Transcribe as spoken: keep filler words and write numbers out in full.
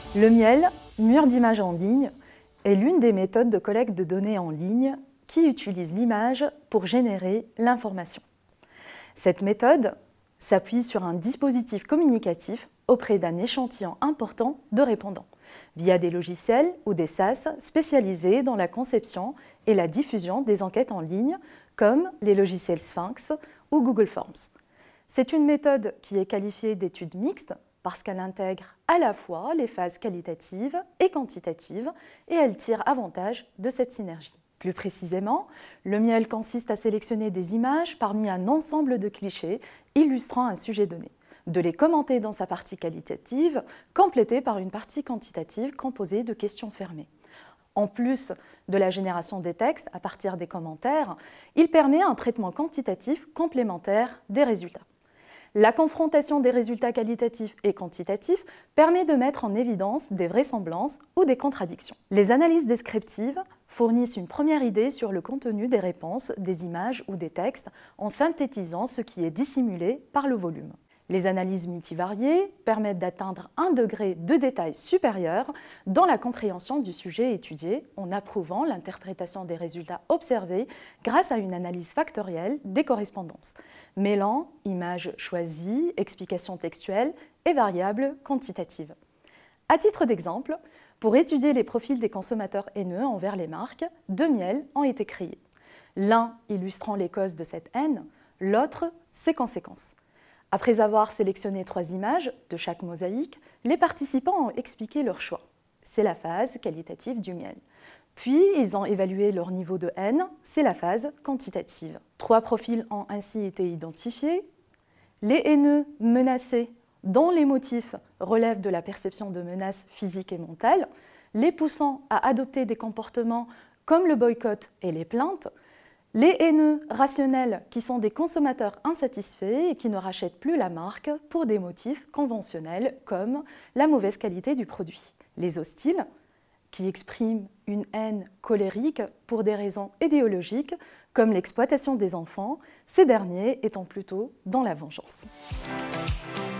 Le miel, mur d'images en ligne, est l'une des méthodes de collecte de données en ligne qui utilise l'image pour générer l'information. Cette méthode s'appuie sur un dispositif communicatif auprès d'un échantillon important de répondants, via des logiciels ou des SaaS spécialisés dans la conception et la diffusion des enquêtes en ligne, comme les logiciels Sphinx ou Google Forms. C'est une méthode qui est qualifiée d'étude mixte parce qu'elle intègre à la fois les phases qualitatives et quantitatives et elle tire avantage de cette synergie. Plus précisément, le miel consiste à sélectionner des images parmi un ensemble de clichés illustrant un sujet donné, de les commenter dans sa partie qualitative, complétée par une partie quantitative composée de questions fermées. En plus de la génération des textes à partir des commentaires, il permet un traitement quantitatif complémentaire des résultats. La confrontation des résultats qualitatifs et quantitatifs permet de mettre en évidence des vraisemblances ou des contradictions. Les analyses descriptives fournissent une première idée sur le contenu des réponses, des images ou des textes en synthétisant ce qui est dissimulé par le volume. Les analyses multivariées permettent d'atteindre un degré de détail supérieur dans la compréhension du sujet étudié en approuvant l'interprétation des résultats observés grâce à une analyse factorielle des correspondances, mêlant images choisies, explications textuelles et variables quantitatives. À titre d'exemple, pour étudier les profils des consommateurs haineux envers les marques, deux miels ont été créés. L'un illustrant les causes de cette haine, l'autre ses conséquences. Après avoir sélectionné trois images de chaque mosaïque, les participants ont expliqué leur choix. C'est la phase qualitative du miel. Puis, ils ont évalué leur niveau de haine, c'est la phase quantitative. Trois profils ont ainsi été identifiés. Les haineux menacés, dont les motifs relèvent de la perception de menaces physiques et mentales, les poussant à adopter des comportements comme le boycott et les plaintes, les haineux rationnels qui sont des consommateurs insatisfaits et qui ne rachètent plus la marque pour des motifs conventionnels comme la mauvaise qualité du produit. Les hostiles qui expriment une haine colérique pour des raisons idéologiques comme l'exploitation des enfants, ces derniers étant plutôt dans la vengeance.